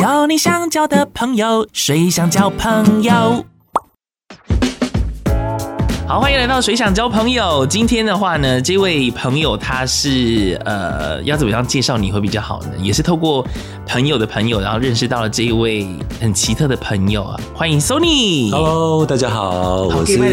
交你想交的朋友，谁想交朋友？好，欢迎来到水想交朋友。今天的话呢，这位朋友他是要怎么样介绍你会比较好呢？也是透过朋友的朋友，然后认识到了这一位很奇特的朋友啊。欢迎 Sony。Hello， 大家好， 我是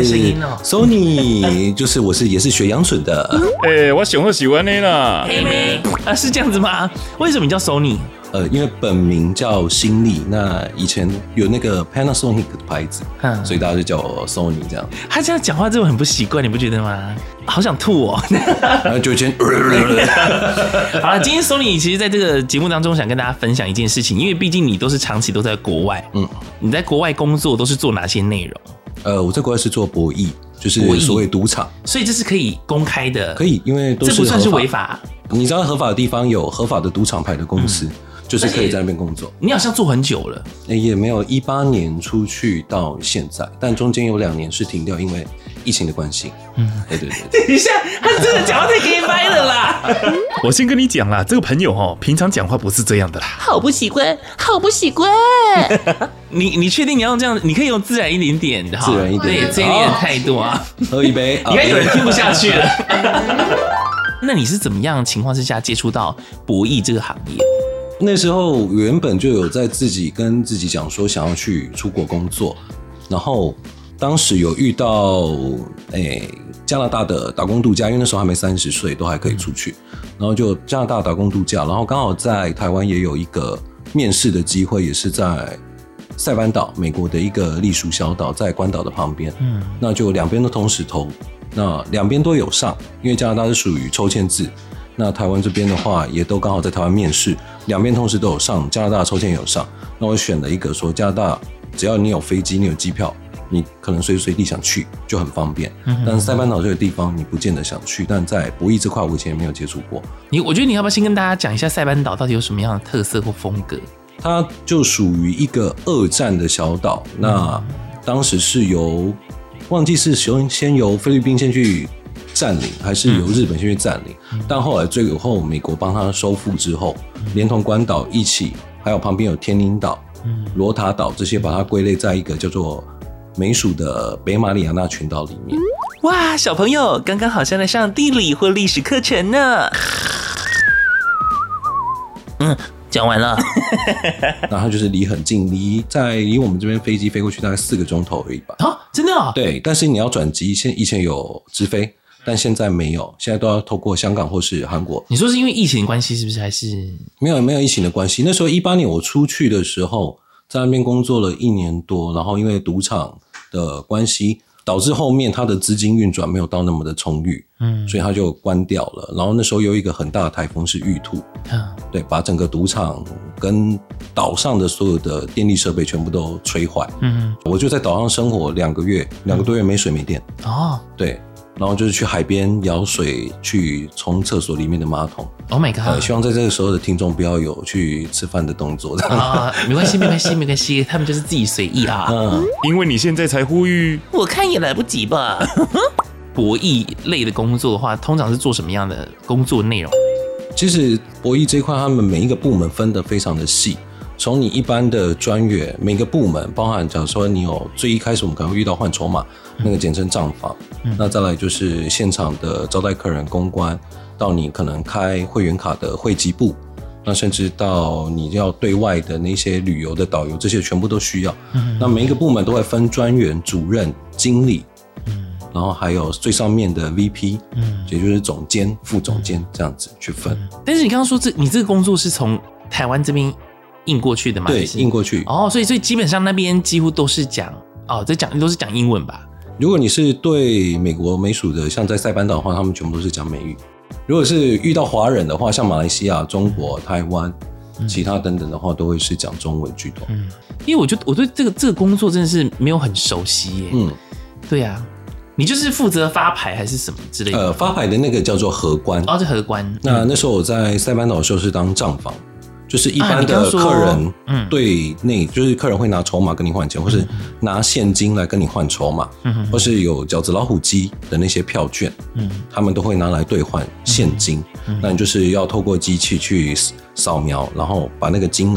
Sony， 就是也是学阳春的。 我上好喜欢你啦。 黑妹是这样子吗？为什么你叫 Sony？ 因为本名叫新力，那以前有那个 Panasonic 的牌子，所以大家就叫我 Sony 这样。 他这样讲话真的很不习惯，你不觉得吗？好想吐哦。 然后就先好了，今天 Sony 其实在这个节目当中想跟大家分享一件事情，因为毕竟你都是长期都在国外，你在国外工作都是做哪些内容？ 我在国外是做博弈，就是所谓赌场， 所以这是可以公开的， 可以，因为都是这不算是违法。 你知道合法的地方有合法的赌场牌的公司。就是可以在那边工作。 你好像做很久了， 也没有18年出去到现在，但中间有2年是停掉，因为疫情的关系。对。 等一下，他真的讲话太 gay 掰了啦！ 我先跟你讲啦，这个朋友平常讲话不是这样的啦， 好不习惯，好不习惯。你确定你要用这样？你可以用自然一点点的， 自然一点点， 对，这一点态度啊。 喝一杯， 应该有人听不下去了。那你是怎么样的情况之下接触到博弈这个行业？ 那时候原本就有在跟自己讲说想要去出国工作，然后当时有遇到加拿大的打工度假，因为那时候还没30岁，都还可以出去，然后就加拿大打工度假，然后刚好在台湾也有一个面试的机会，也是在塞班岛，美国的一个隶属小岛，在关岛的旁边，那就两边都同时投，那两边都有上，因为加拿大是属于抽签制。那台湾这边的话，也都刚好在台湾面试，两边同时都有上，加拿大抽签也有上。那我选了一个说，加拿大只要你有飞机，你有机票，你可能随时随地想去就很方便。但是塞班岛这个地方你不见得想去，但在博弈这块我以前也没有接触过。 我觉得你要不要先跟大家讲一下塞班岛到底有什么样的特色或风格？ 它就属于一个2战的小岛，那当时是忘记是先由菲律宾先去占领，还是由日本先去占领，但后来最后美国帮他收复之后，连同关岛一起，还有旁边有天宁岛、罗塔岛这些，把它归类在一个叫做美属的北马里亚纳群岛里面。 哇，小朋友刚刚好像在上地理或历史课程呢。讲完了。 然后就是离很近，离我们这边飞机飞过去大概4个钟头而已吧。 真的啊？ 对，但是你要转机，以前有直飞，但现在没有，现在都要透过香港或是韩国。 你说是因为疫情的关系，是不是？还是没有疫情的关系？那时候18年我出去的时候，在那边工作了1年多，然后因为赌场的关系，导致后面他的资金运转没有到那么的充裕，所以他就关掉了。然后那时候有一个很大的台风是玉兔，对，把整个赌场跟岛上的所有的电力设备全部都吹坏。我就在岛上生活2个月，2个多月没水没电。对，然后就是去海边舀水去冲厕所里面的马桶。 Oh my god！ 希望在这个时候的听众不要有去吃饭的动作。 没关系，他们就是自己随意啊。 因为你现在才呼吁， 我看也来不及吧。博弈类的工作的话，通常是做什么样的工作内容？ 其实博弈这一块，他们每一个部门分得非常的细。从你一般的专员，每个部门包含，假如说你有最一开始我们可能会遇到换筹码，那个简称账房，那再来就是现场的招待客人、公关，到你可能开会员卡的会籍部，那甚至到你要对外的那些旅游的导游，这些全部都需要。那每一个部门都会分专员、主任、经理，然后还有最上面的 VP，也就是总监、副总监这样子去分。 但是你刚刚说你这个工作是从台湾这边印过去的吗？ 对，印过去。 所以基本上那边几乎都是讲都是讲英文吧？ 如果你是对美国美属的，像在塞班岛的话，他们全部都是讲美语。如果是遇到华人的话，像马来西亚、中国、台湾、其他等等的话，都会是讲中文居多。 因为我对这个工作真的是没有很熟悉耶。对啊。你就是负责发牌还是什么之类的？ 发牌的那个叫做荷官。 这荷官。 那时候我在塞班岛的时候是当账房，就是一般的客人对内，就是客人会拿筹码跟你换钱，或是拿现金来跟你换筹码，或是有饺子老虎机的那些票券，他们都会拿来兑换现金。那你就是要透过机器去扫描，然后把那个金额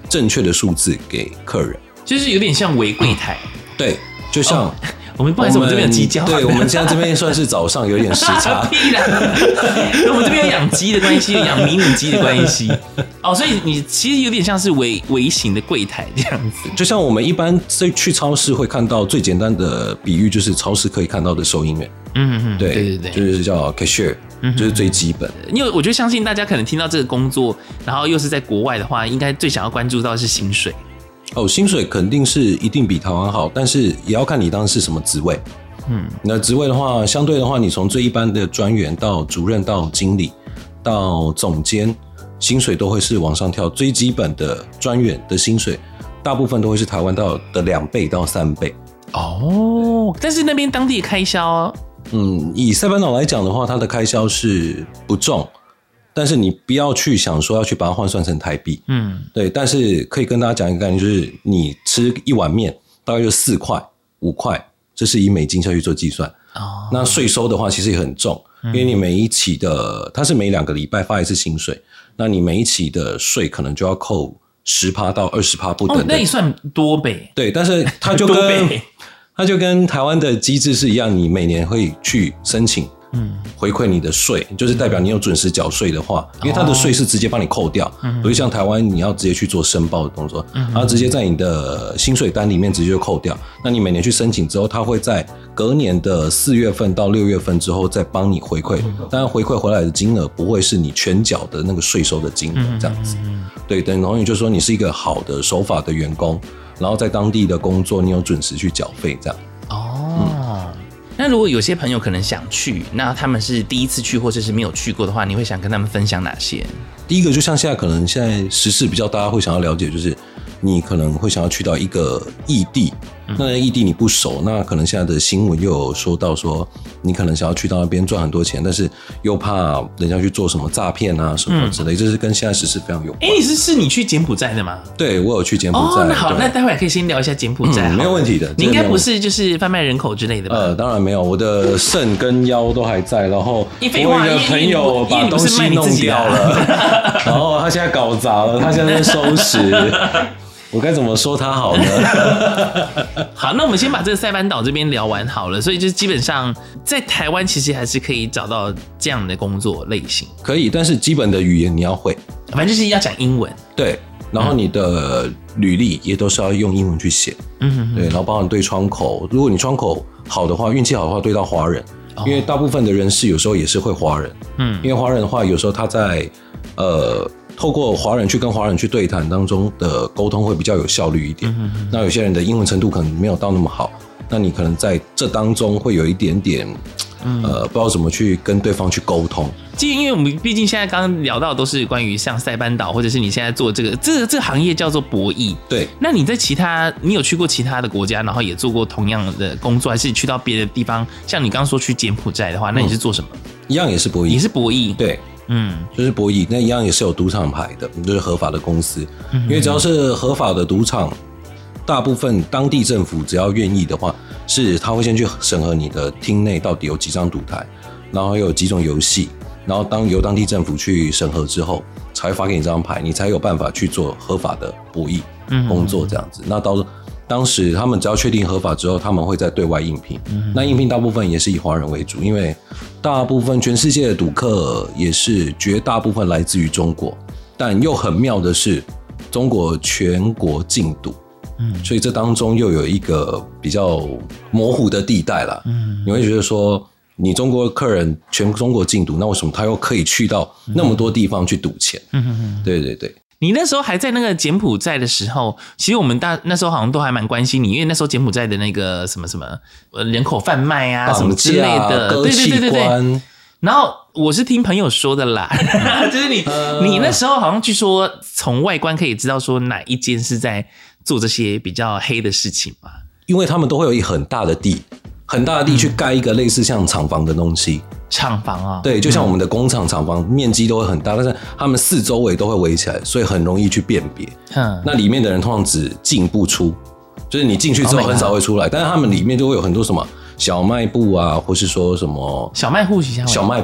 正确的数字给客人， 就是有点像微柜台。 对，就像、 我们不好意思，我们这边有鸡叫。 对，我们现在这边算是早上有点时差。 屁啦！我们这边有养鸡的关系，有养迷你鸡的关系。所以你其实有点像是微型的柜台这样子。 就像我们一般去超市会看到最简单的比喻，就是超市可以看到的收银员。对，就是叫 cashier，就是最基本的。 因为我觉得相信大家可能听到这个工作，然后又是在国外的话，应该最想要关注到的是薪水。 薪水肯定是一定比台湾好，但是也要看你当时是什么职位。那职位的话，相对的话，你从最一般的专员到主任到经理到总监，薪水都会是往上跳。最基本的专员的薪水，大部分都会是台湾的2倍到3倍。 但是那边当地的开销， 以塞班岛来讲的话，它的开销是不重。但是你不要去想说要去把它换算成台币，对。但是可以跟大家讲一个概念，就是你吃一碗面大概就4块、5块，这是以美金下去做计算。那税收的话其实也很重，因为你每一期的，它是每2个礼拜发一次薪水，那你每一期的税可能就要扣10%到20%不等的。 那也算多倍。 对，但是它就跟台湾的机制是一样，你每年会去申请。回馈你的税，就是代表你有准时缴税的话，因为它的税是直接帮你扣掉，不是像台湾你要直接去做申报的动作，它直接在你的薪水单里面直接就扣掉。那你每年去申请之后，它会在隔年的4月份到6月份之后再帮你回馈，当然回馈回来的金额不会是你全缴的那个税收的金额这样子。对，等于就是说你是一个好的守法的员工，然后在当地的工作你有准时去缴费这样。 那如果有些朋友可能想去，那他们是第一次去或者是没有去过的话，你会想跟他们分享哪些？ 第一个就像现在时事比较大家会想要了解，就是你可能会想要去到一个异地，那异地你不熟，那可能现在的新闻又有说到说你可能想要去到那边赚很多钱，但是又怕人家去做什么诈骗啊什么之类，这是跟现在时事非常有关。 你去柬埔寨的吗？ 对，我有去柬埔寨。 那好，那待会儿可以先聊一下柬埔寨。 没有问题的。 你应该不是就是贩卖人口之类的吧？ 当然没有，我的肾跟腰都还在，然后我一个朋友把东西弄掉了，然后他现在搞砸了，他现在在收拾。我该怎么说他好呢？ 好，那我们先把这个塞班岛这边聊完好了。所以就是基本上在台湾其实还是可以找到这样的工作类型， 可以，但是基本的语言你要会， 反正就是要讲英文。 对，然后你的履历也都是要用英文去写。对，然后包含对窗口，如果你窗口好的话，运气好的话，对到华人，因为大部分的人事有时候也是会华人。因为华人的话，有时候他在透过华人去跟华人去对谈当中的沟通会比较有效率一点。那有些人的英文程度可能没有到那么好，那你可能在这当中会有一点点不知道怎么去跟对方去沟通。 因为我们毕竟现在刚刚聊到的都是关于像塞班岛，或者是你现在做这个行业叫做博弈。 对， 那你在你有去过其他的国家，然后也做过同样的工作，还是去到别的地方？像你刚刚说去柬埔寨的话，那你是做什么？ 一样也是博弈。 你是博弈？ 对。就是博弈，那一样也是有赌场牌的，就是合法的公司。因为只要是合法的赌场，大部分当地政府只要愿意的话，是他会先去审核你的厅内到底有几张赌台，然后有几种游戏，然后由当地政府去审核之后，才会发给你这张牌，你才有办法去做合法的博弈工作这样子。那当时他们只要确定合法之后，他们会再对外应聘。那应聘大部分也是以华人为主，因为大部分全世界的赌客也是绝大部分来自于中国，但又很妙的是，中国全国禁赌。所以这当中又有一个比较模糊的地带啦。你会觉得说，你中国客人全中国禁赌，那为什么他又可以去到那么多地方去赌钱？对对对。 你那时候还在那个柬埔寨的时候，其实我们那时候好像都还蛮关心你，因为那时候柬埔寨的那个什么人口贩卖啊什么之类的， 割器官。 然后我是听朋友说的啦，就是你那时候好像据说从外观可以知道说哪一间是在做这些比较黑的事情嘛， 因为他们都会有一很大的地去盖一个类似像厂房的东西。 厂房啊， 对，就像我们的工厂厂房，面积都会很大，但是他们四周围都会围起来，所以很容易去辨别。那里面的人通常只进不出，就是你进去之后很少会出来，但是他们里面就会有很多什么小卖部啊，或是说什么小卖户、小卖部，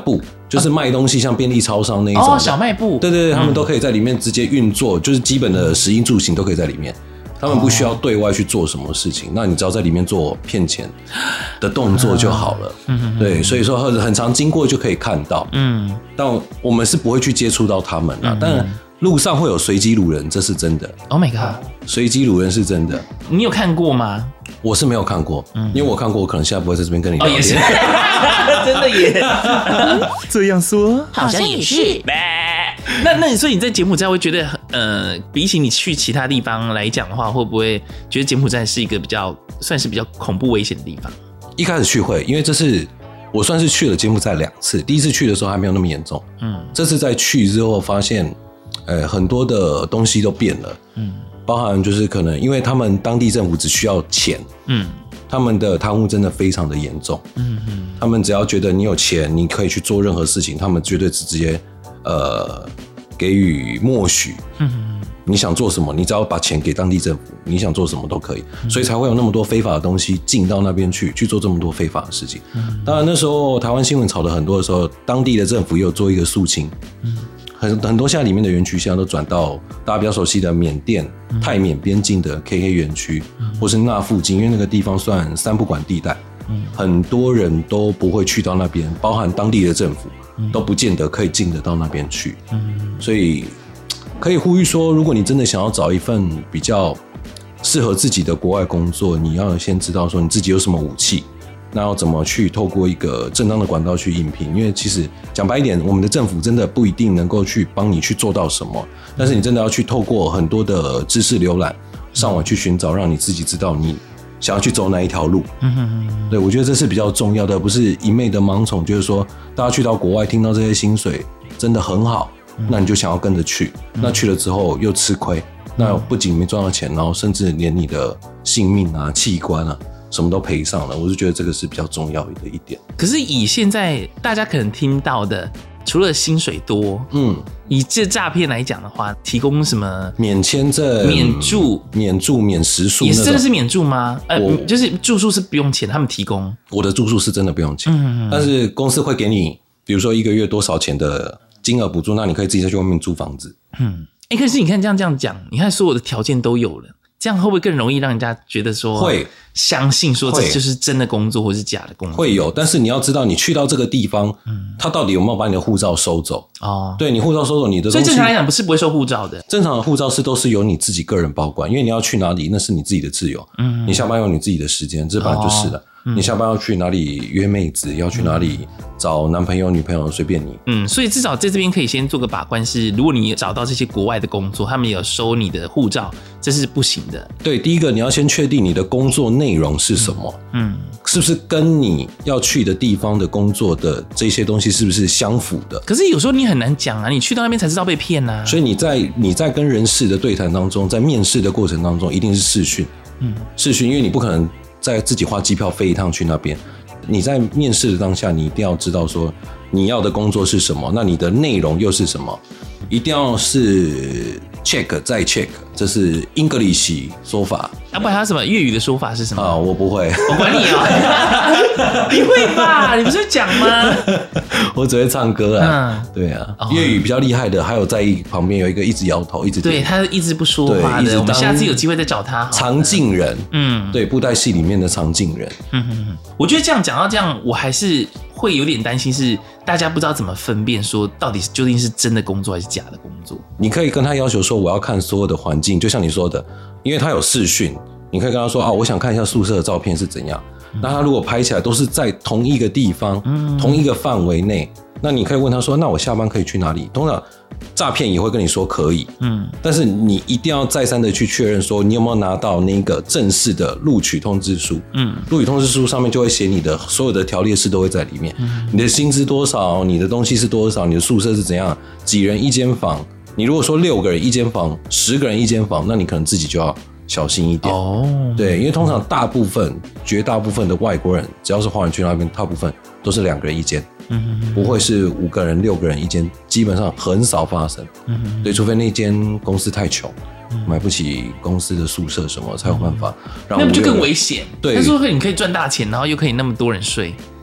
就是卖东西像便利超商那一种小卖部， 对对对，他们都可以在里面直接运作，就是基本的食衣住行都可以在里面。他们不需要对外去做什么事情，那你只要在里面做骗钱的动作就好了。对，所以说很常经过就可以看到。但我们是不会去接触到他们啦。但路上会有随机路人，这是真的。 Oh my god， 随机路人是真的。 你有看过吗？ 我是没有看过，因为我看过，我可能现在不会在这边跟你聊天。 也是，真的耶。 这样说好像也是。 那你说你在柬埔寨会觉得，比起你去其他地方来讲的话，会不会觉得柬埔寨是一个算是比较恐怖危险的地方？ 一开始去会，因为这是我算是去了柬埔寨2次，第一次去的时候还没有那么严重，这次在去之后发现，很多的东西都变了，包含就是可能因为他们当地政府只需要钱，他们的贪污真的非常的严重，他们只要觉得你有钱，你可以去做任何事情，他们绝对直接给予默许，你想做什么，你只要把钱给当地政府，你想做什么都可以，所以才会有那么多非法的东西进到那边去做这么多非法的事情。当然那时候台湾新闻炒得很多的时候，当地的政府也有做一个肃清，很多现在里面的园区现在都转到大家比较熟悉的缅甸、泰缅边境的 KK 园区，或是那附近，因为那个地方算三不管地带，很多人都不会去到那边，包含当地的政府都不见得可以进得到那边去，所以可以呼吁说，如果你真的想要找一份比较适合自己的国外工作，你要先知道说你自己有什么武器，那要怎么去透过一个正当的管道去应聘。因为其实讲白一点，我们的政府真的不一定能够去帮你去做到什么，但是你真的要去透过很多的知识浏览，上网去寻找，让你自己知道你想要去走哪一条路。对，我觉得这是比较重要的，不是一昧的盲从，就是说大家去到国外听到这些薪水真的很好，那你就想要跟着去，那去了之后又吃亏，那不仅没赚到钱，然后甚至连你的性命啊、器官啊什么都赔上了。我就觉得这个是比较重要的一点。 可是以现在大家可能听到的，除了薪水多，以这诈骗来讲的话，提供什么免签证、 免住、 免食宿， 也是真的是免住吗？就是住宿是不用钱，他们提供。 我的住宿是真的不用钱，但是公司会给你，比如说1个月多少钱的金额补助，那你可以自己再去外面租房子。 可是你看这样讲，你看所有的条件都有了，这样会不会更容易让人家觉得说会相信说这就是真的工作或是假的工作？ 会有，但是你要知道，你去到这个地方，他到底有没有把你的护照收走？对，你护照收走，你的东西， 所以正常来讲不会收护照的。 正常的护照都是由你自己个人保管，因为你要去哪里那是你自己的自由。你下班有你自己的时间，这本来就是的。你下班要去哪里约妹子，要去哪里找男朋友女朋友，随便你。 所以至少在这边可以先做个把关，是如果你找到这些国外的工作，他们有收你的护照，这是不行的。 对，第一个你要先确定你的工作内容是什么，是不是跟你要去的地方的工作的这些东西是不是相符的？ 可是有时候你很难讲啊，你去到那边才知道被骗啊。 所以你在跟人事的对谈当中，在面试的过程当中，一定是视讯，视讯，因为你不可能再自己花机票飞一趟去那边。你在面试的当下，你一定要知道说你要的工作是什么，那你的内容又是什么，一定要是 check 再 check， 这是 English 说法。 不然还有什么粤语的说法是什么？ 我不会， 我管你哦。你会吧？你不是讲吗？ 我只会唱歌啊。对啊，粤语比较厉害的，还有在旁边有一个一直摇头，一直对他一直不说话的。我们下次有机会再找他。 常进人，对，布袋戏里面的常进人。 我觉得这样讲到这样，我还是会有点担心，是大家不知道怎么分辨，说到底究竟是真的工作还是假的工作。 你可以跟他要求说，我要看所有的环境，就像你说的，因为他有视讯，你可以跟他说我想看一下宿舍的照片是怎样。那他如果拍起来都是在同一个地方、同一个范围内，那你可以问他说，那我下班可以去哪里？通常诈骗也会跟你说可以，但是你一定要再三的去确认说你有没有拿到那个正式的录取通知书。录取通知书上面就会写你的所有的条列式都会在里面，你的薪资多少，你的东西是多少，你的宿舍是怎样，几人一间房。你如果说6个人一间房，10个人一间房，那你可能自己就要小心一点。对，因为通常绝大部分的外国人，只要是华人区那边，大部分都是2个人一间，不会是5个人、6个人一间，基本上很少发生。对，除非那间公司太穷，买不起公司的宿舍什么，才有办法让。 那不就更危险？ 对， 但是你可以赚大钱，然后又可以那么多人睡。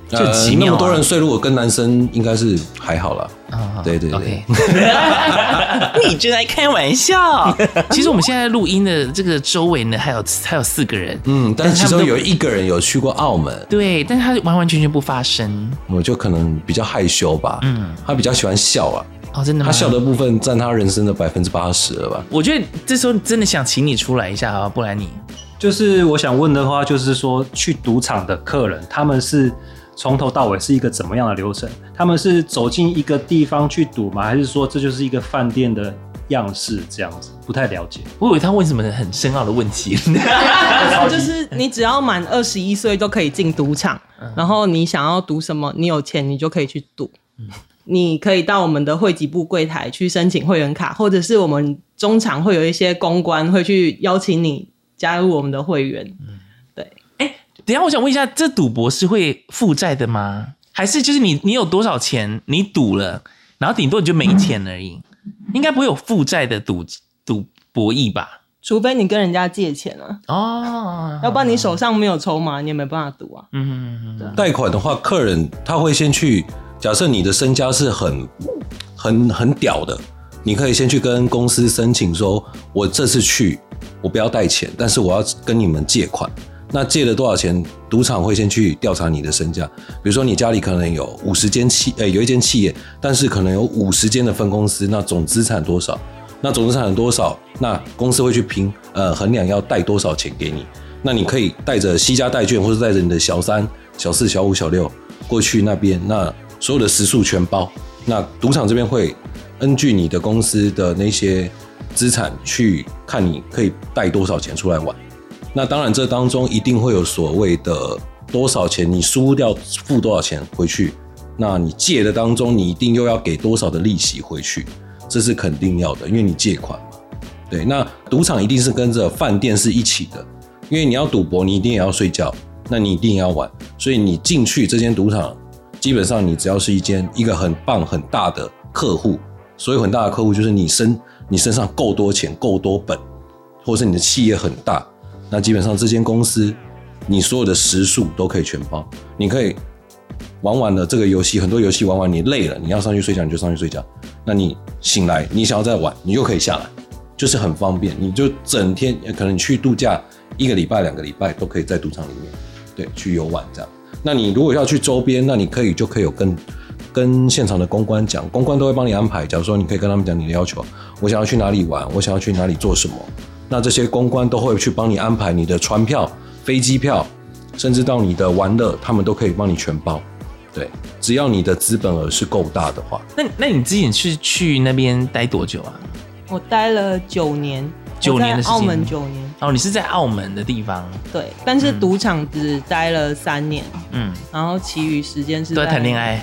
就很奇妙那么多人睡，如果跟男生应该是还好啦。对对对。 你就在开玩笑。其实我们现在录音的这个周围呢，还有4个人， 但是其中有1个人有去过澳门， 对，但是他完完全全不发声， 我就可能比较害羞吧，他比较喜欢笑啊。 哦，真的吗？ 他笑的部分占他人生的80%了吧？ 我觉得这时候真的想请你出来一下啊，不然你就是我想问的话，就是说去赌场的客人，他们是从头到尾是一个怎么样的流程？他们是走进一个地方去赌吗？还是说这就是一个饭店的样式这样子？不太了解。 我以为他问什么很深奥的问题。 就是你只要满21岁都可以进赌场，然后你想要赌什么，你有钱你就可以去赌。你可以到我们的会籍部柜台去申请会员卡，或者是我们中场会有一些公关会去邀请你加入我们的会员。对， 等一下我想问一下，这赌博是会负债的吗？还是就是你有多少钱你赌了，然后顶多你就没钱而已？应该不会有负债的赌博弈吧？ 除非你跟人家借钱啊。 哦， 要不然你手上没有筹码，你也没办法赌啊。 贷款的话，客人他会先去，假设你的身家是很屌的，你可以先去跟公司申请说，我这次去我不要贷钱，但是我要跟你们借款。那借了多少钱？赌场会先去调查你的身价，比如说你家里可能有50间有一间企业，但是可能有50间的分公司，那总资产多少？那总资产多少？那公司会去衡量要贷多少钱给你。那你可以带着息家贷券，或者带着你的小3、小4、小5、小6过去那边，那所有的时数全包。那赌场这边会根据你的公司的那些资产去看你可以贷多少钱出来玩。那当然这当中一定会有所谓的多少钱你输掉付多少钱回去，那你借的当中你一定又要给多少的利息回去，这是肯定要的，因为你借款嘛。对，那赌场一定是跟着饭店是一起的，因为你要赌博你一定也要睡觉，那你一定也要玩，所以你进去这间赌场，基本上你只要是一个很棒很大的客户，所以很大的客户就是你身上够多钱够多本，或者是你的企业很大，那基本上这间公司你所有的时数都可以全包。你可以玩完了这个游戏，很多游戏玩完你累了，你要上去睡觉你就上去睡觉，那你醒来你想要再玩你又可以下来，就是很方便。你就整天可能你去度假1个礼拜2个礼拜都可以在赌场里面对去游玩这样。那你如果要去周边，那你就可以有跟现场的公关讲，公关都会帮你安排。假如说你可以跟他们讲你的要求，我想要去哪里玩，我想要去哪里做什么，那这些公关都会去帮你安排你的船票、飞机票，甚至到你的玩乐，他们都可以帮你全包。对，只要你的资本额是够大的话。 那你之前是去那边待多久啊？ 我待了9年 ，9年的时间。 澳门9年。 哦，你是在澳门的地方。 对，但是赌场只待了3年。然后其余时间是都在谈恋爱。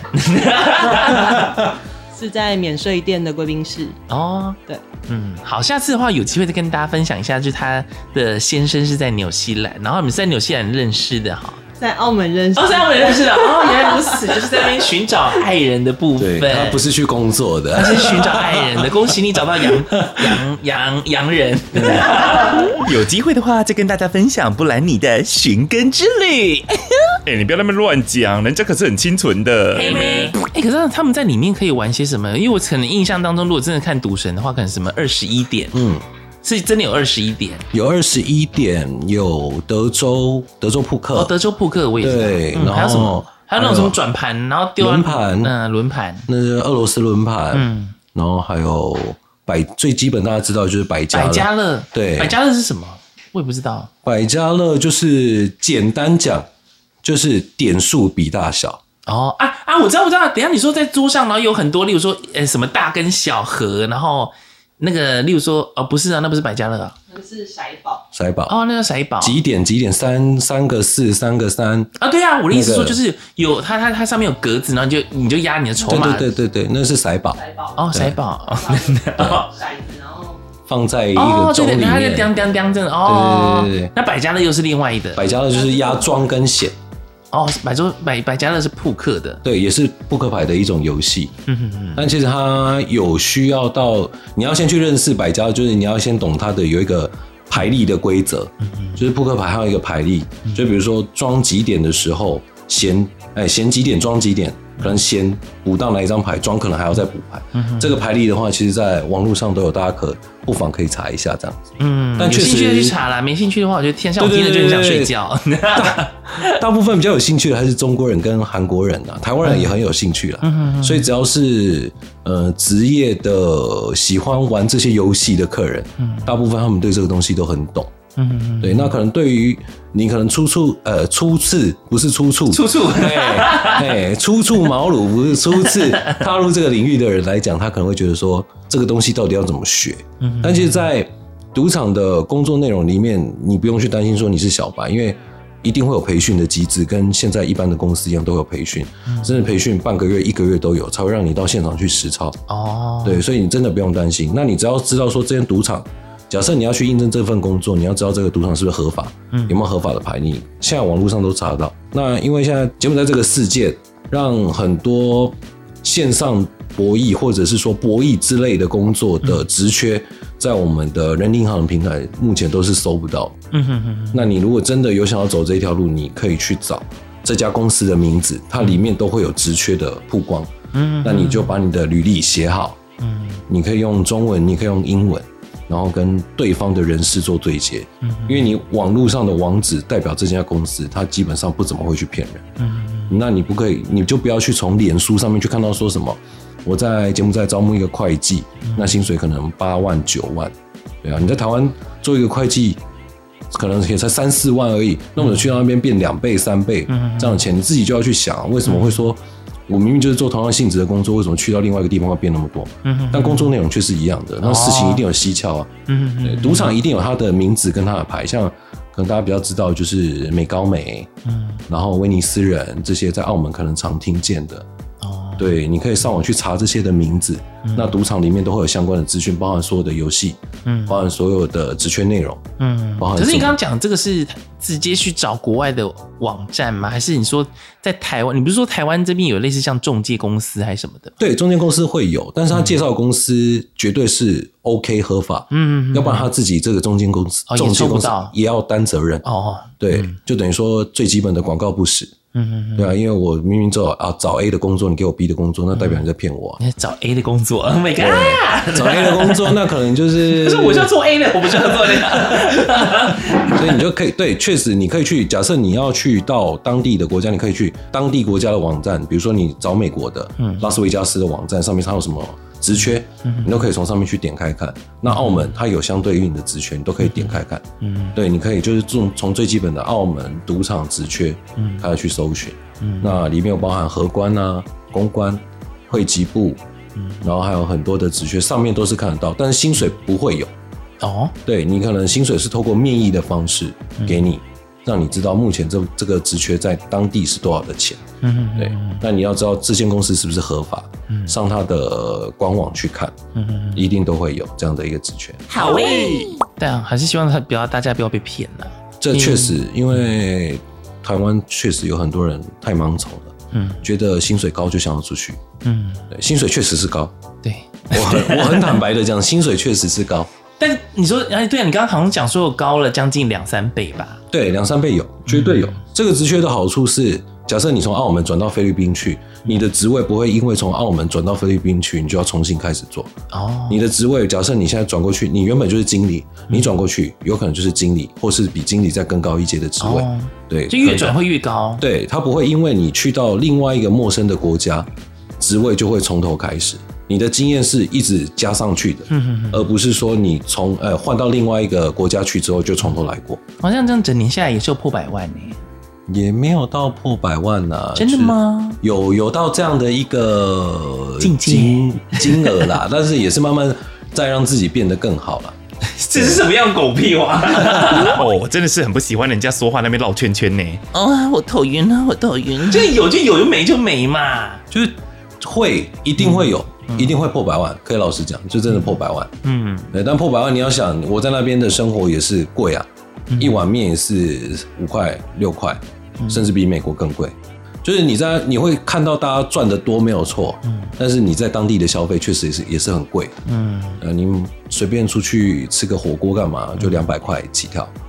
是在免税店的贵宾室。 哦， 对， 好，下次的话有机会再跟大家分享一下，就是他的先生是在纽西兰，然后你们是在纽西兰认识的哈。 在澳门认识。 在澳门认识的。哦，原来如此，就是在那边寻找爱人的部分。 对，他不是去工作的， 他是寻找爱人的。恭喜你找到洋人。 有机会的话再跟大家分享布兰妮的寻根之旅。你不要那么乱讲，人家可是很清纯的。 可是他们在里面可以玩些什么？因为我可能印象当中，如果真的看赌神的话，可能什么21点，是真的有21点， 有21点，有德州扑克。 哦，德州扑克我也知道。 对，然后还有什么？还有那种什么转盘，然后丢轮盘， 轮盘， 那是俄罗斯轮盘。然后还有最基本大家知道就是百家乐。对， 百家乐是什么？我也不知道。 百家乐就是简单讲，就是点数比大小。 哦我知道。等一下你说在桌上，然后有很多，例如说什么大跟小盒，然后那个例如说不是啊，那不是百家乐啊， 那个是骰宝。 哦，那个骰宝。 几点3个4 3个3 啊？对啊，我的意思说就是有它上面有格子，然后你就压你的筹码。 对，那是骰宝。 哦，骰宝。 骰子，然后放在一个盅里面。 它就叮这样。哦， 对。 那百家乐又是另外的。 百家乐就是压庄跟闲。 哦，百家乐是扑克的， 对，也是扑克牌的一种游戏。但其实它有需要到你要先去认识百家乐，就是你要先懂它的有一个牌力的规则。就是扑克牌还有一个牌力，就比如说庄几点的时候， 闲几点装几点，可能闲补到哪一张牌，装可能还要再补牌。这个牌力的话，其实在网络上都有，大家不妨可以查一下这样子。但确实有兴趣就去查啦，没兴趣的话，我觉得像我听了就很想睡觉。 大部分比较有兴趣的还是中国人跟韩国人啊，台湾人也很有兴趣啦。所以只要是职业的喜欢玩这些游戏的客人，大部分他们对这个东西都很懂。对，那可能对于你可能初次不是出处，初处茅庐不是初次踏入这个领域的人来讲，他可能会觉得说这个东西到底要怎么学？但其实，在赌场的工作内容里面，你不用去担心说你是小白，因为一定会有培训的机制，跟现在一般的公司一样都有培训，甚至培训半个月、1个月都有，才会让你到现场去实操。对，所以你真的不用担心。那你只要知道说这间赌场。假设你要去应征这份工作，你要知道这个赌场是不是合法，有没有合法的牌，你现在网络上都查得到。那因为现在柬埔寨这个事件，让很多线上博弈或者是说博弈之类的工作的职缺，在我们的人力银行的平台目前都是搜不到。那你如果真的有想要走这条路，你可以去找这家公司的名字，它里面都会有职缺的曝光。那你就把你的履历写好，你可以用中文，你可以用英文。然后跟对方的人事做对接，因为你网络上的网址代表这家公司，它基本上不怎么会去骗人。那你不可以，你就不要去从脸书上面去看到说什么，我在柬埔寨招募一个会计，那薪水可能8万9万，对啊，你在台湾做一个会计，可能也才3、4万而已，那我去到那边变2倍、3倍这样的钱，你自己就要去想，为什么会说？我明明就是做同样性质的工作，为什么去到另外一个地方会变那么多？但工作内容却是一样的，那事情一定有蹊跷啊。对，赌场一定有它的名字跟它的牌，像可能大家比较知道就是美高美，然后威尼斯人这些在澳门可能常听见的。对，你可以上网去查这些的名字，那赌场里面都会有相关的资讯，包含所有的游戏，包含所有的职缺内容，包含。 可是你刚刚讲这个是直接去找国外的网站吗？还是你说在台湾？你不是说台湾这边有类似像中介公司还是什么的？ 对，中介公司会有，但是他介绍的公司绝对是 OK 合法，要不然他自己这个中介公司也要担责任。对，就等于说最基本的广告不实。对啊，因为我明明找 A 的工作，你给我 B 的工作，那代表你在骗我。 你找 A 的工作 ，Oh my god！ 找 A 的工作，那可能就是。 可是我就要做 A 的，我不是要做那个。 所以你就可以对，确实你可以去。假设你要去到当地的国家，你可以去当地国家的网站，比如说你找美国的拉斯维加斯的网站，上面它有什么职缺，你都可以从上面去点开看。那澳门它有相对应的职缺，你都可以点开看。对，你可以就是从最基本的澳门赌场职缺开始去搜寻。那里面有包含荷官啊、公关、会籍部，然后还有很多的职缺，上面都是看得到，但是薪水不会有。对，你可能薪水是透过面议的方式给你，让你知道目前这个职缺在当地是多少的钱。对，那你要知道这间公司是不是合法，上它的官网去看，一定都会有这样的一个职缺。 好诶，但还是希望大家不要被骗了。 这确实，因为台湾确实有很多人太盲从了，觉得薪水高就想要出去。对，薪水确实是高。对，我很坦白的讲，薪水确实是高。 但你说，对啊，你刚刚好像讲说有高了将近2-3倍吧？ 对，2-3倍有，绝对有。这个职缺的好处是，假设你从澳门转到菲律宾去，你的职位不会因为从澳门转到菲律宾去，你就要重新开始做。你的职位，假设你现在转过去，你原本就是经理，你转过去有可能就是经理，或是比经理再更高一阶的职位。对， 就越转会越高。 对，他不会因为你去到另外一个陌生的国家，职位就会从头开始。你的经验是一直加上去的，而不是说你从换到另外一个国家去之后就从头来过。 好像这样整年下来也是有破100万呢。 也没有到破100万啊。 真的吗？ 有到这样的一个金额啦，但是也是慢慢再让自己变得更好啦。 这是什么样狗屁话？ 我真的是很不喜欢人家说话那边绕圈圈呢。 我头晕啊，我头晕。就有就有，就没就没嘛。 就是一定会有。一定会破100万，可以老实讲，就真的破100万。对，但破100万，你要想，我在那边的生活也是贵啊，一碗面也是5块6块，甚至比美国更贵。就是你会看到大家赚得多没有错，但是你在当地的消费确实也是很贵。你随便出去吃个火锅干嘛，就200块起跳。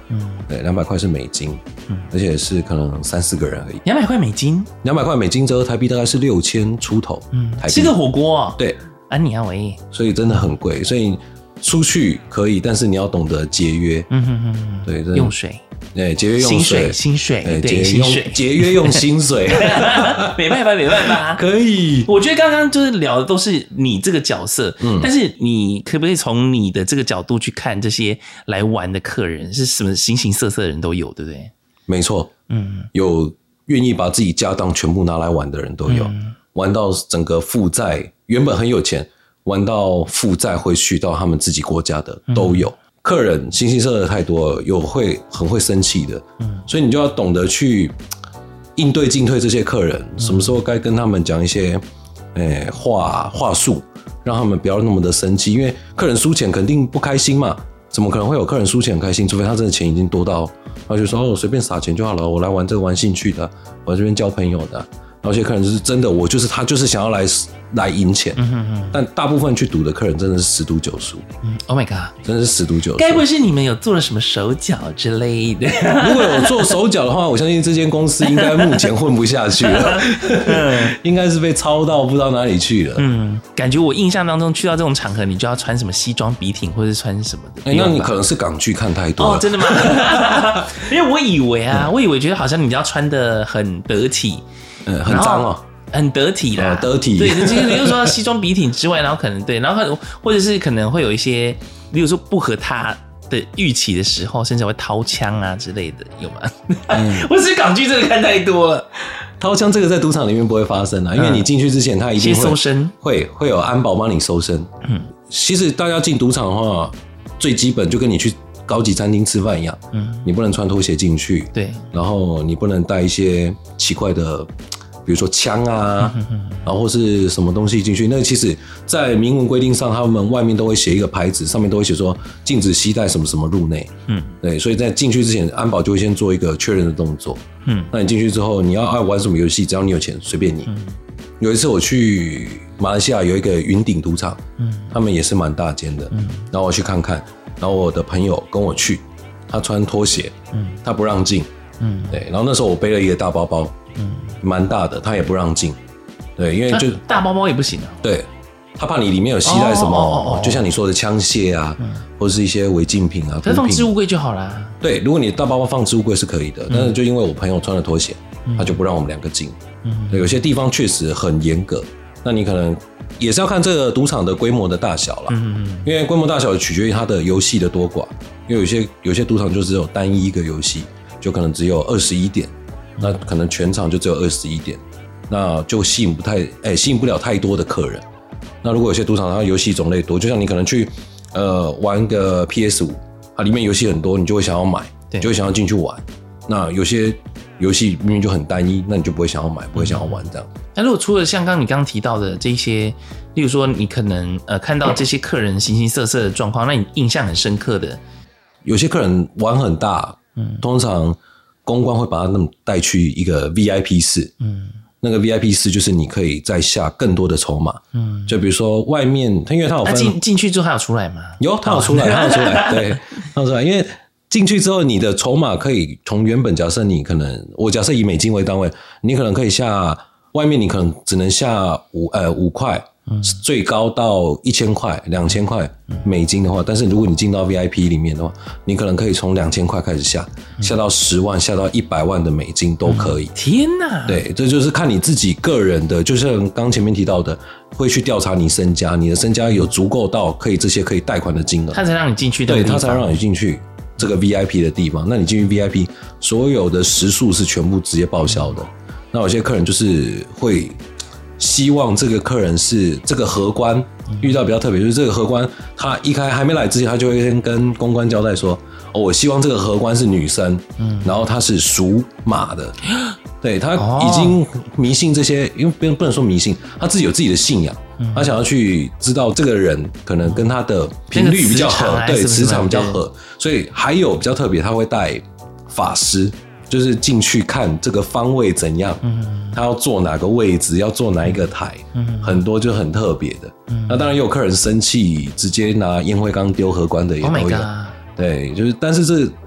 对，200块是美金，而且是可能3-4个人而已。 200块美金 ，200块美金折合台币大概是6000出头，台币吃个火锅哦。 对， 啊你啊喂， 所以真的很贵，所以出去可以，但是你要懂得节约，对， 用水。 对，节约用水， 薪水，对， 节约用薪水， 没办法， 可以。 我觉得刚刚就是聊的都是你这个角色，但是你可不可以从你的这个角度去看这些来玩的客人是什么形形色色的人都有，对不对？ 没错，有愿意把自己家当全部拿来玩的人都有，玩到整个负债，原本很有钱，玩到负债回去到他们自己国家的都有。客人形形色色的太多了，有很会生气的，所以你就要懂得去应对进退这些客人，什么时候该跟他们讲一些话术，让他们不要那么的生气，因为客人输钱肯定不开心嘛，怎么可能会有客人输钱很开心？除非他真的钱已经多到，他就说我随便撒钱就好了，我来玩这个玩兴趣的，我来这边交朋友的。然后有些客人就是真的，他就是想要来赢钱，但大部分去赌的客人真的是10赌9输。 Oh my god， 真的是10赌9输。 该不会是你们有做了什么手脚之类的？ 如果有做手脚的话，我相信这间公司应该目前混不下去了，应该是被抄到不知道哪里去了。 感觉我印象当中去到这种场合，你就要穿什么西装笔挺，或者是穿什么的。 那你可能是港剧看太多了。 哦，真的吗？因为我以为觉得好像你要穿得很得体。 很脏哦， 很得体啦， 得体。 对，其实比如说西装笔挺之外，然后可能对，然后或者是可能会有一些，例如说不合他的预期的时候，甚至会掏枪啊之类的，有吗？我是港剧真的看太多了。 掏枪这个在赌场里面不会发生啊，因为你进去之前他一定会搜身， 会有安保帮你搜身。其实大家进赌场的话，最基本就跟你去高级餐厅吃饭一样，你不能穿拖鞋进去， 对， 然后你不能带一些奇怪的，比如说枪啊，然后或是什么东西进去。那其实，在明文规定上，他们外面都会写一个牌子，上面都会写说禁止携带什么什么入内。对，所以在进去之前，安保就会先做一个确认的动作。那你进去之后，你要爱玩什么游戏，只要你有钱，随便你。有一次我去马来西亚有一个云顶赌场，他们也是蛮大间的，然后我去看看。然后我的朋友跟我去，他穿拖鞋，他不让进，对。然后那时候我背了一个大包包，蛮大的，他也不让进，对，因为就大包包也不行啊， 对，他怕你里面有携带什么，就像你说的枪械啊，或者是一些违禁品啊， 可是放置物柜就好啦。 对，如果你大包包放置物柜是可以的，但是就因为我朋友穿了拖鞋，他就不让我们2个进，对，有些地方确实很严格，那你可能也是要看这个赌场的规模的大小啦，因为规模大小取决于它的游戏的多寡，因为有些赌场就只有单一一个游戏，就可能只有21点，那可能全场就只有21点，那就吸引不了太多的客人。那如果有些赌场它游戏种类多，就像你可能去玩个 PS5，它里面游戏很多，你就会想要买，就会想要进去玩。那有些游戏明明就很单一，那你就不会想要买，不会想要玩这样。 那如果除了像你刚刚提到的这些，例如说你可能看到这些客人形形色色的状况，那你印象很深刻的， 有些客人玩很大，通常公关会把他们带去一个 VIP 室，那个 VIP 室就是你可以再下更多的筹码，就比如说外面，因为它有分进去之后他有出来吗？ 有，他有出来，对，他有出来，因为进去之后，你的筹码可以从原本假设你可能，我假设以美金为单位，你可能可以下外面，你可能只能下5块，最高到1000块、2000块美金的话，但是如果你进到 VIP 里面的话，你可能可以从2000块开始下到10万，下到100万的美金都可以。 天哪！ 对，这就是看你自己个人的，就像刚前面提到的，会去调查你身家，你的身家有足够到这些可以贷款的金额， 他才让你进去的地方， 对，他才让你进去这个 VIP 的地方。那你进去 VIP， 所有的时数是全部直接报销的。那有些客人就是会希望这个客人是这个荷官遇到比较特别，就是这个荷官他还没来之前，他就会先跟公关交代说，我希望这个荷官是女生，然后她是属马的，对，他已经迷信这些，因为不能说迷信，他自己有自己的信仰，他想要去知道这个人可能跟他的频率比较合，对，磁场比较合，所以还有比较特别，他会带法师。就是进去看这个方位怎样，他要坐哪个位置，要坐哪一个台，很多就很特别的。那当然也有客人生气，直接拿烟灰缸丢荷官的也都有。对，就是但是这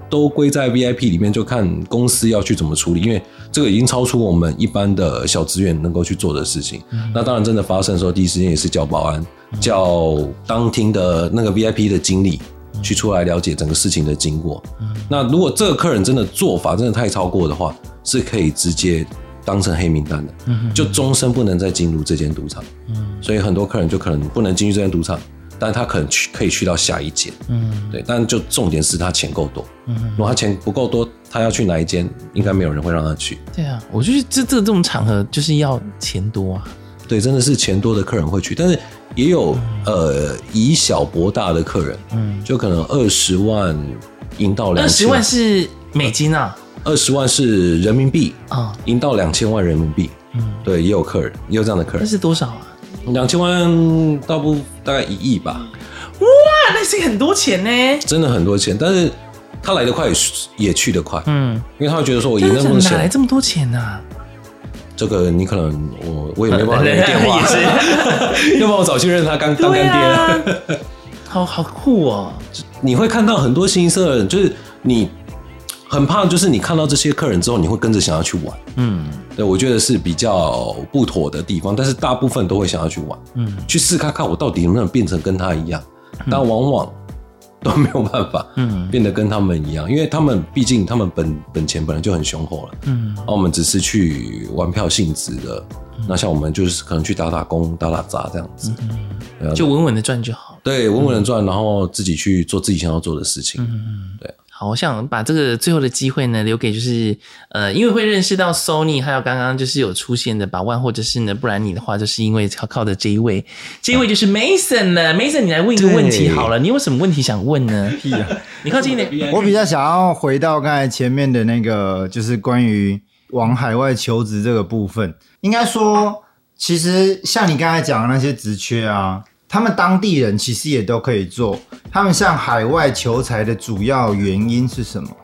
都归在 VIP 里面，就看公司要去怎么处理，因为这个已经超出我们一般的小职员能够去做的事情。那当然真的发生的时候，第一时间也是叫保安，叫当厅的那个 VIP 的经理去出来了解整个事情的经过。那如果这个客人真的做法真的太超过的话，是可以直接当成黑名单的，就终身不能再进入这间赌场。所以很多客人就可能不能进入这间赌场，但他可能可以去到下一间。对，但就重点是他钱够多。如果他钱不够多，他要去哪一间，应该没有人会让他去。 对啊，我觉得这种场合就是要钱多啊。 对，真的是钱多的客人会去，但是也有以小博大的客人，就可能20万赢到2000。 20万是美金啊 ？20万是人民币啊， 赢到2000万人民币。对，也有客人，也有这样的客人。 那是多少啊 ？2000万大概1亿吧。 哇，那是很多钱呢， 真的很多钱，但是他来得快也去得快。因为他会觉得说我赢那么多钱， 哪来这么多钱啊？ 这个你可能我也没办法给你电话，要不然我早去认他当干爹。 好酷哦！ 你会看到很多新社的人，就是你很怕，就是你看到这些客人之后，你会跟着想要去玩。对，我觉得是比较不妥的地方，但是大部分都会想要去玩，去试看看我到底能不能变成跟他一样，但往往都没有办法，变得跟他们一样，因为他们毕竟他们本钱本来就很雄厚了，而我们只是去玩票性质的，那像我们就是可能去打打工、打打杂这样子， 就稳稳的赚就好。 对，稳稳的赚，然后自己去做自己想要做的事情，对。 好，我想把这个最后的机会呢留给就是因为会认识到 Sony， 还有刚刚就是有出现的把万，或者是呢不然你的话就是因为靠的这一位就是 Mason 了。Mason， 你来问一个问题好了，你有什么问题想问呢？你靠近一点。 我比较想要回到刚才前面的那个，就是关于往海外求职这个部分。应该说，其实像你刚才讲的那些职缺啊，他们当地人其实也都可以做。他们向海外求财的主要原因是什么？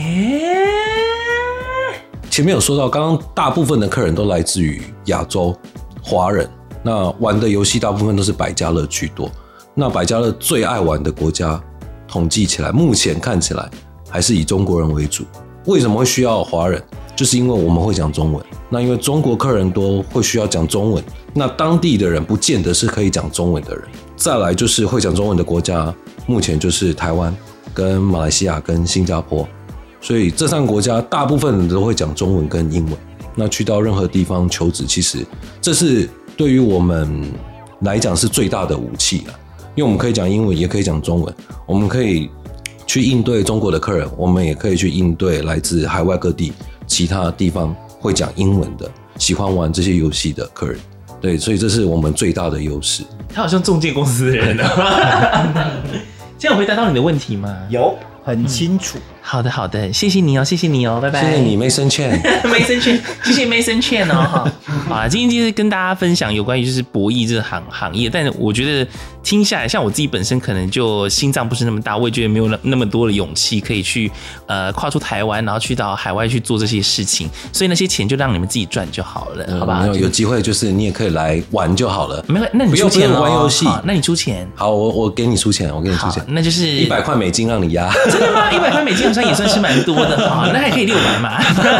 前面有说到，刚刚大部分的客人都来自于亚洲华人，那玩的游戏大部分都是百家乐居多。那百家乐最爱玩的国家，统计起来，目前看起来还是以中国人为主。为什么会需要华人？就是因为我们会讲中文。那因为中国客人多，会需要讲中文。那当地的人不见得是可以讲中文的人。再来就是会讲中文的国家，目前就是台湾、跟马来西亚、跟新加坡。所以这3个国家大部分人都会讲中文跟英文。那去到任何地方求职，其实这是对于我们来讲是最大的武器了。因为我们可以讲英文，也可以讲中文，我们可以去应对中国的客人，我们也可以去应对来自海外各地其他地方会讲英文的、喜欢玩这些游戏的客人。对，所以这是我们最大的优势。 他好像中介公司的人哦。这样有回答到你的问题吗？ 有，很清楚。 好的，谢谢你哦，拜拜。 谢谢你 Mason Chen， 谢谢 Mason Chen 哦。好啦，今天就是跟大家分享有关于就是博弈这个行业，但是我觉得听下来，像我自己本身可能就心脏不是那么大，我也觉得没有那么多的勇气可以去跨出台湾，然后去到海外去做这些事情，所以那些钱就让你们自己赚就好了，好吧？ 有机会就是你也可以来玩就好了。 没有，那你出钱玩游戏， 那你出钱。 好，我给你出钱， 那就是 100块美金让你压。 真的吗？100块美金好像也算是蛮多的哈，那还可以600嘛。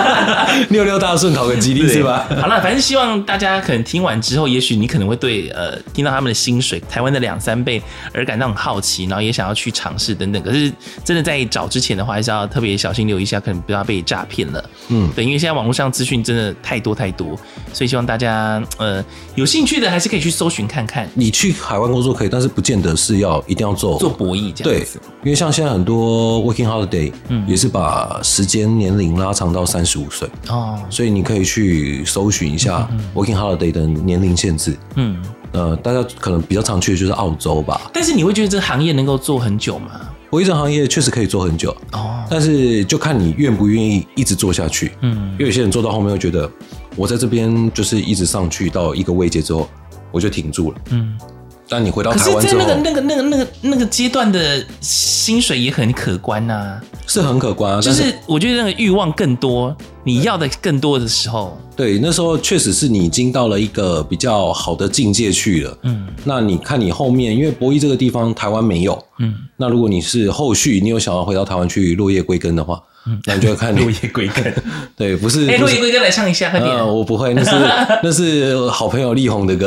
66大顺讨个吉利是吧？ 好了，反正希望大家可能听完之后，也许你可能会对听到他们的薪水台湾的2-3倍而感到很好奇，然后也想要去尝试等等。可是真的在找之前的话，还是要特别小心留意一下，可能不要被诈骗了。对，因为现在网络上资讯真的太多，所以希望大家有兴趣的还是可以去搜寻看看。 你去海外工作可以，但是不见得是一定要做博弈这样子。 对，因为像现在很多 working holiday，也是把时间年龄拉长到35岁哦，所以你可以去搜寻一下 working holiday 的年龄限制。大家可能比较常去的就是澳洲吧。 但是你会觉得这个行业能够做很久吗？ 博弈这行业确实可以做很久哦，但是就看你愿不愿意一直做下去。因为有些人做到后面会觉得，我在这边就是一直上去到一个位阶之后，我就停住了。 但你回到可是， 台湾之后， 在那个阶段的薪水也很可观呐、 是很可观啊。 就是我觉得那个欲望更多，你要的更多的时候， 对，那时候确实是你已经到了一个比较好的境界去了。那你看你后面，因为博弈这个地方台湾没有，那如果你是后续你有想要回到台湾去落叶归根的话，那你就会看落叶归根。 对，不是， 落叶归根来唱一下，快点。 我不会，那是好朋友力宏的歌。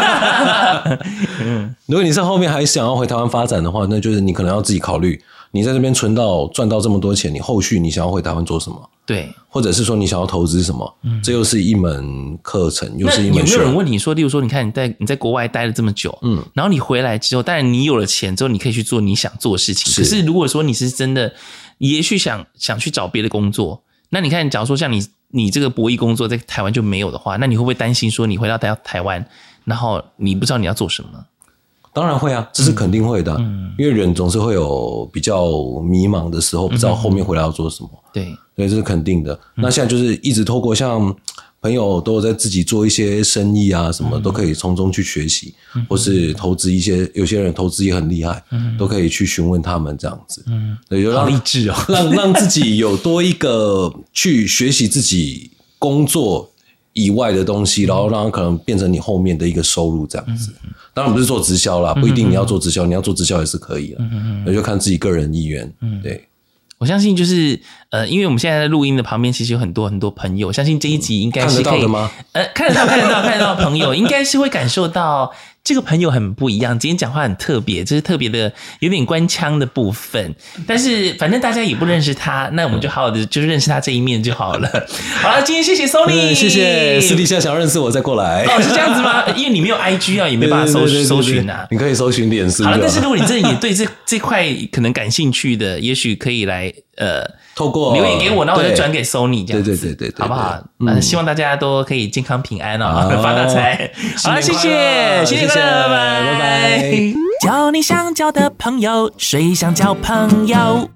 如果你是后面还想要回台湾发展的话，那就是你可能要自己考虑，你在这边赚到这么多钱，你后续你想要回台湾做什么？ 对， 或者是说你想要投资什么？这又是一门课程，又是一门学问。 有没有人问你说，例如说，你看你在国外待了这么久，然后你回来之后，当然你有了钱之后，你可以去做你想做的事情。可是如果说你是真的，也许想去找别的工作，那你看，假如说像你这个博弈工作在台湾就没有的话，那你会不会担心说你回到台湾，然后你不知道你要做什么？ 当然会啊，这是肯定会的啊，因为人总是会有比较迷茫的时候，不知道后面回来要做什么。对，这是肯定的。那现在就是一直透过像朋友都有在自己做一些生意啊，什么都可以从中去学习，或是投资一些，有些人投资也很厉害，都可以去询问他们这样子。对，就好励志哦， 让自己有多一个去学习自己工作以外的东西，然后让它可能变成你后面的一个收入这样子。当然不是做直销啦，不一定你要做直销，你要做直销也是可以的，那就看自己个人意愿。对， 我相信就是因为我们现在在录音的旁边其实有很多很多朋友，相信这一集应该是可以看得到的吗？ 看得到的朋友应该是会感受到这个朋友很不一样，今天讲话很特别，这是特别的有点官腔的部分，但是反正大家也不认识他，那我们就好好的就是认识他这一面就好了。好了，今天谢谢 Sony， 谢谢。私底下想要认识我再过来。 哦，是这样子吗？因为你没有 IG 啊，也没办法搜寻啊。 你可以搜寻脸书。 好了，但是如果你真的也对这块可能感兴趣的，也许可以来透过留言给我，然后我就转给 Sony 这样子， 对， 好不好？希望大家都可以健康平安哦，发大财。好了，谢谢，拜拜。交你想交的朋友，谁想交朋友？